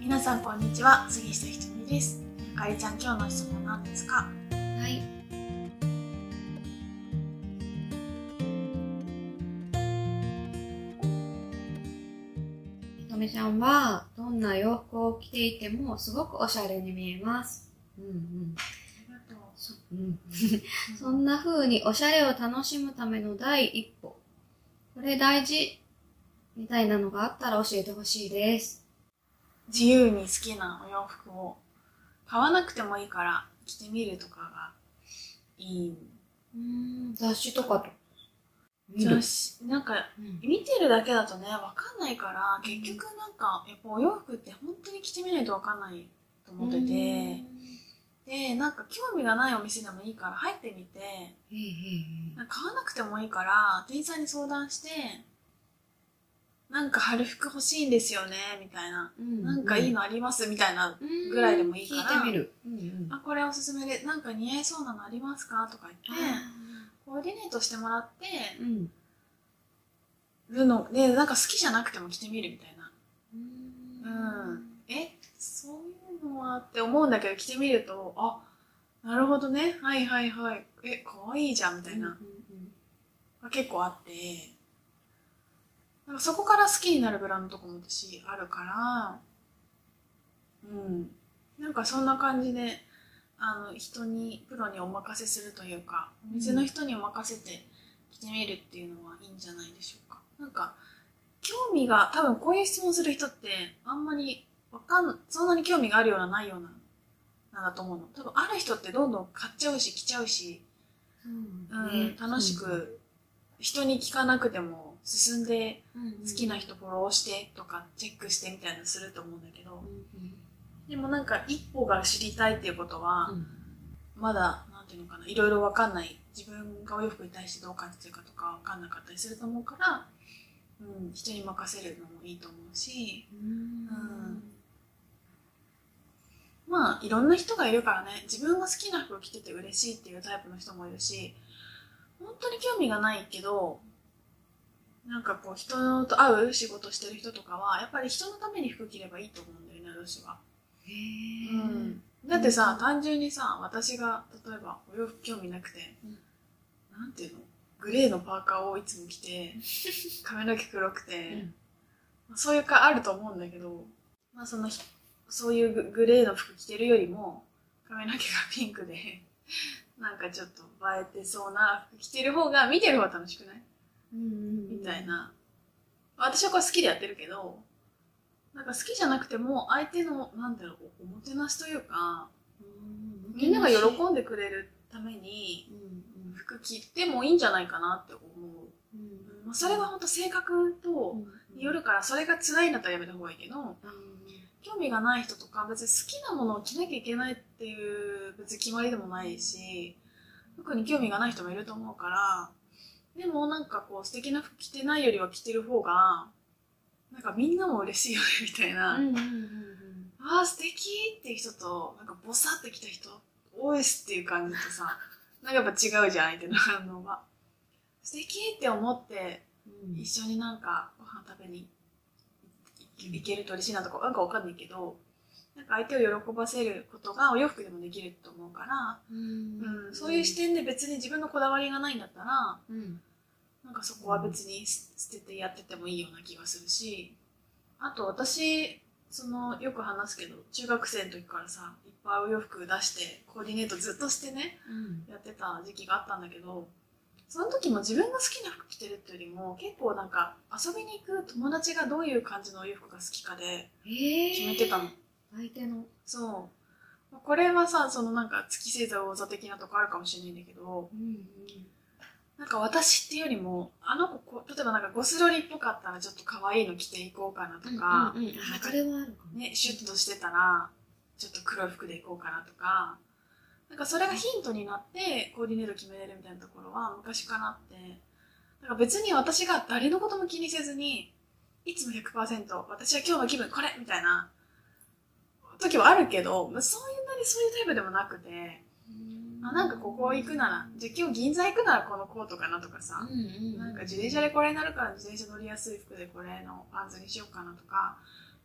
皆さんこんにちは、杉下ひとみです。あかりちゃん、今日の質問何ですか？ はい。ひとみちゃんはどんな洋服を着ていてもすごくおしゃれに見えます。 ありがとう。 そんな風におしゃれを楽しむための第一歩。これ大事みたいなのがあったら教えてほしいです。 自由に好きなお洋服を買わなくてもいいから着てみるとかがいい。 雑誌とかと雑誌なんか見てるだけだとね、わかんないから、結局なんかやっぱお洋服って本当に着てみないとわかんないと思ってて、でなんか興味がないお店でもいいから入ってみて、買わなくてもいいから店員さんに相談して、なんか春服欲しいんですよねみたいな、なんかいいのありますみたいなぐらいでもいいから、 聞いてみる。 あ、これおすすめでなんか似合いそうなのありますかとか言ってコーディネートしてもらってるので、なんか好きじゃなくても着てみるみたいな。そういうのはって思うんだけど、着てみると、あ、なるほどね、はいはいはい、可愛いじゃんみたいなが結構あって、なんかそこから好きになるブランドとかも私あるから、なんかそんな感じで人にプロにお任せするというか、お店の人にお任せて着てみるっていうのはいいんじゃないでしょうか。なんか興味が、多分こういう質問する人ってあんまりそんなに興味があるようなないようななんだと思うの。多分ある人ってどんどん買っちゃうし着ちゃうし、楽しく人に聞かなくても進んで好きな人フォローしてとかチェックしてみたいなのすると思うんだけど、でもなんか一歩が知りたいっていうことは、まだなんていうのかな、いろいろわかんない、自分がお洋服に対してどう感じてるかとかわかんなかったりすると思うから、人に任せるのもいいと思うし、まあいろんな人がいるからね。自分が好きな服を着てて嬉しいっていうタイプの人もいるし、本当に興味がないけどなんかこう人と会う仕事してる人とかはやっぱり人のために服着ればいいと思うんだよね、私は。だってさ、単純にさ、私が例えばお洋服興味なくて、なんていうの、グレーのパーカーをいつも着て髪の毛黒くて、そういうかあると思うんだけど、まあそういうグレーの服着てるよりも髪の毛がピンクでなんかちょっと映えてそうな服着てる方が見てる方が楽しくない？みたいな。私はこれ好きでやってるけど、なんか好きじゃなくても相手のなんだろう、おもてなしというか、みんなが喜んでくれるために服着てもいいんじゃないかなって思う。それは本当性格とよるから、それが辛いんだったらやめた方がいいけど、興味がない人とか別に好きなものを着なきゃいけないっていう別に決まりでもないし、服に興味がない人もいると思うから、でもなんかこう素敵な服着てないよりは着てる方がなんかみんなも嬉しいよねみたいな、あー素敵っていう人となんかボサって着た人おいしっていう感じとさ、なんかやっぱ違うじゃん、相手の反応が。素敵って思って一緒になんかご飯食べに行けると嬉しいなとかなんかわかんないけど、なんか相手を喜ばせることがお洋服でもできると思うから、そういう視点で別に自分のこだわりがないんだったら、なんかそこは別に捨ててやっててもいいような気がするし、あと私よく話すけど、中学生の時からさ、いっぱいお洋服出してコーディネートずっとしてね、やってた時期があったんだけど、その時も自分が好きな服着てるっていうよりも結構なんか遊びに行く友達がどういう感じのお洋服が好きかで決めてたの。 相手の。 そう。これはさ、なんか月星座魚座的なとこあるかもしれないんだけど、なんか私っていうよりも、例えばなんかゴスロリっぽかったらちょっと可愛いの着ていこうかなとか、 それはあるかも。 ね、シュッとしてたら、ちょっと黒い服でいこうかなとか、なんかそれがヒントになってコーディネート決めれるみたいなところは昔からあって、なんか別に私が誰のことも気にせずに、いつも 100% 私は今日の気分これみたいな時はあるけど、そういうタイプでもなくて、なんかここ行くなら、じゃあ今日銀座行くならこのコートかなとかさ、なんか自転車でこれになるから自転車乗りやすい服でこれのパンツにしようかなとか、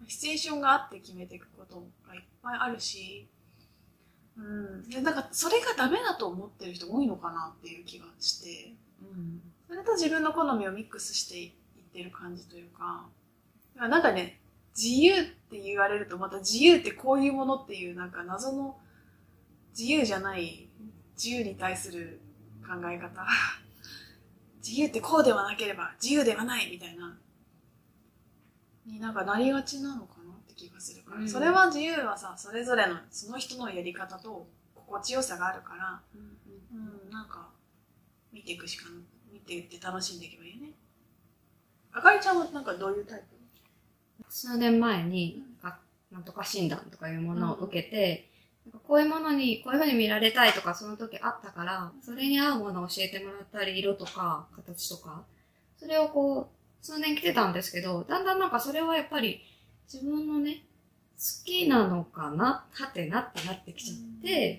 シチュエーションがあって決めていくことがいっぱいあるし、でなんかそれがダメだと思ってる人多いのかなっていう気がして、それと自分の好みをミックスしていってる感じというか、なんかね、自由って言われるとまた自由ってこういうものっていうなんか謎の自由じゃない自由に対する考え方自由ってこうではなければ自由ではないみたいなになんかなりがちなのかなって気がするから、それは自由はさ、それぞれのその人のやり方と心地よさがあるから、なんか見ていって楽しんでいけばいいね。あかりちゃんはなんかどういうタイプ？ 数年前に、なんとか診断とかいうものを受けて、こういうものに、こういうふうに見られたいとかその時あったから、それに合うものを教えてもらったり、色とか形とか、それをこう、数年来てたんですけど、だんだんなんかそれはやっぱり自分のね、好きなのかなはてなってなってきちゃって、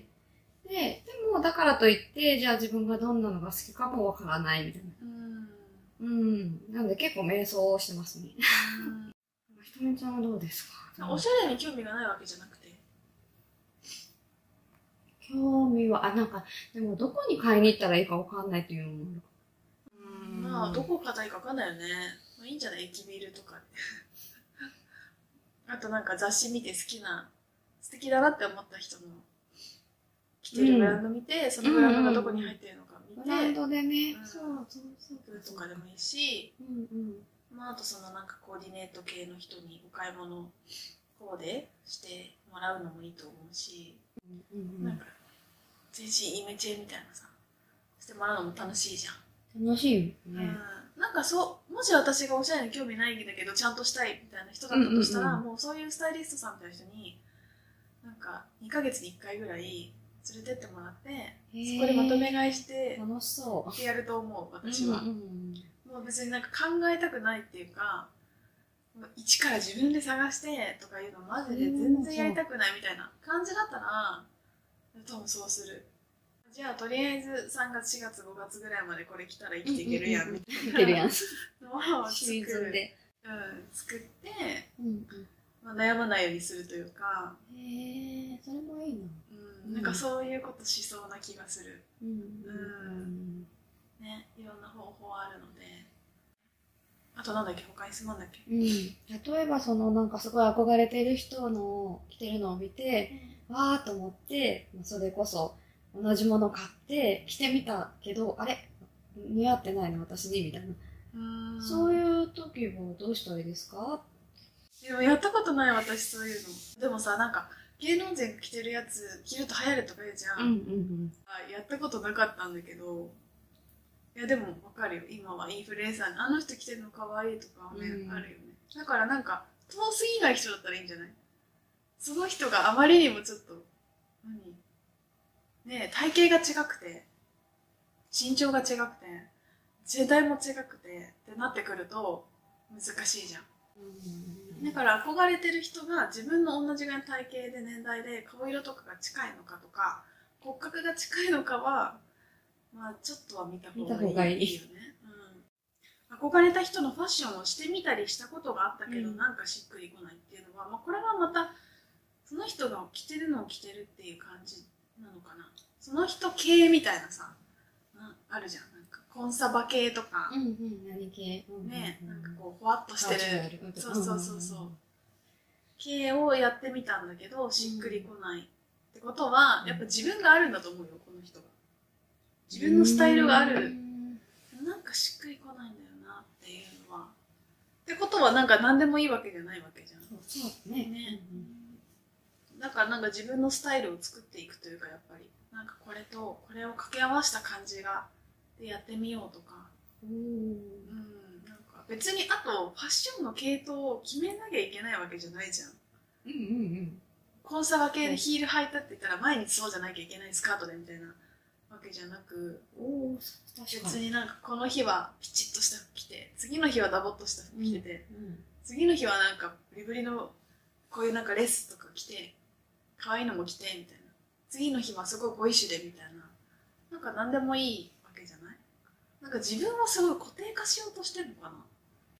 でもだからといって、じゃあ自分がどんなのが好きかもわからないみたいな。なので結構迷走してますね。ひとみちゃんはどうですか？ おしゃれに興味がないわけじゃなくて。 興味は、なんか、でもどこに買いに行ったらいいかわかんないっていうのもまあ、どこ買ったらいいかわかんないよね。まあ、いいんじゃない？駅ビルとか。あとなんか雑誌見て素敵だなって思った人の着てるブランド見て、そのブランドがどこに入ってるのか見て。 ブランドでね、 そうとかでもいいし、まあ、あとそのなんかコーディネート系の人にお買い物コーデしてもらうのもいいと思うし、なんか全身イメチェンみたいなさしてもらうのも楽しいじゃん。 楽しいよね。 なんかもし私がおしゃれに興味ないんだけどちゃんとしたいみたいな人だったとしたら、もうそういうスタイリストさんみたいな人になんか2ヶ月に1回ぐらい連れてってもらって、そこでまとめ買いして楽しそうってやると思う、私は。もう別になんか考えたくないっていうか、一から自分で探してとかいうのマジで全然やりたくないみたいな感じだったら多分そうする。じゃあとりあえず3月4月5月ぐらいまでこれ着たら生きていけるやんみたいなのを作って、悩まないようにするというか。 それもいいな。 なんかそういうことしそうな気がする。ね、いろんな方法あるので。あとなんだっけ、他に質問だっけ。 例えばそのなんかすごい憧れてる人の着てるのを見て、わーと思って、それこそ同じもの買って着てみたけど、あれ似合ってないの私にみたいな。そういう時はどうしたらいいですか？ でもやったことない私そういうの。でもさ、なんか芸能人着てるやつ着ると流行るとか言うじゃん。やったことなかったんだけど、いやでもわかるよ。今はインフルエンサーにあの人着てるの可愛いとかね、あるよね。だからなんか遠すぎない人だったらいいんじゃない？その人があまりにもちょっと体型が違くて身長が違くて世代も違くてってなってくると難しいじゃん。だから憧れてる人が自分の同じぐらいの体型で年代で顔色とかが近いのかとか骨格が近いのかはまあちょっとは見た方がいいよね。憧れた人のファッションをしてみたりしたことがあったけど、なんかしっくりこないっていうのは、これはまたその人が着てるのを着てるっていう感じなのかな。その人系みたいなさ、あるじゃん。なんかコンサバ系とか、 何系ね、なんかこうふわっとしてる、そう系をやってみたんだけどしっくりこないってことは、やっぱ自分があるんだと思うよ、この人が。自分のスタイルがある。なんかしっくりこないんだよなっていうのは。ってことはなんか何でもいいわけじゃないわけじゃん。 そうね。 だからなんか自分のスタイルを作っていくというか、やっぱりなんかこれとこれを掛け合わせた感じがでやってみようとか。なんか別にあとファッションの系統を決めなきゃいけないわけじゃないじゃん。コンサバ系でヒール履いたって言ったら毎日そうじゃなきゃいけないスカートでみたいなわけじゃなく、別になんかこの日はピチッとした服着て、次の日はダボっとした服着てて、次の日はなんかブリブリのこういうなんかレースとか着て可愛いのも着てみたいな、次の日はすごいボイッシュでみたいな、なんか何でもいいわけじゃない。なんか自分をすごい固定化しようとしてるのかな。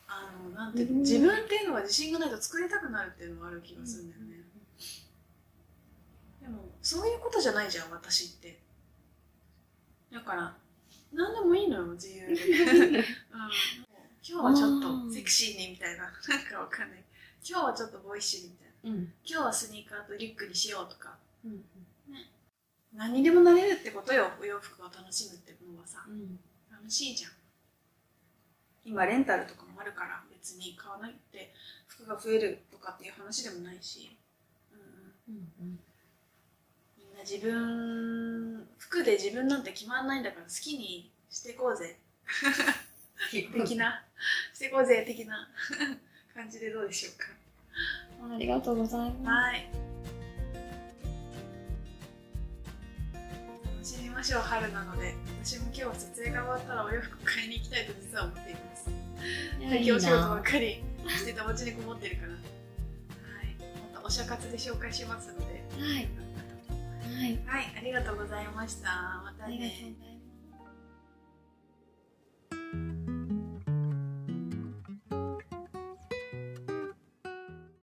なんていうの、自分っていうのが自信がないと作りたくなるっていうのがある気がするんだよね。でもそういうことじゃないじゃん、私って。だから何でもいいのよ、自由で。今日はちょっとセクシーにみたいな、なんかわかんない。今日はちょっとボイッシュにみたいな。今日はスニーカーとリュックにしようとか。ね、何にでもなれるってことよ、お洋服を楽しむってものはさ。楽しいじゃん。今レンタルとかもあるから別に買わないって服が増えるとかっていう話でもないし、みんな自分服で自分なんて決まんないんだから好きにしていこうぜ的なしていこうぜ的な感じでどうでしょうか。 ありがとうございます。 はい、楽しみましょう。春なので私も今日は撮影が終わったらお洋服買いに行きたいと実は思っています。最近お仕事ばっかりしてたお家にこもってるから、はい、またおしゃ活で紹介しますので、 はい、 はい、ありがとうございました。またね。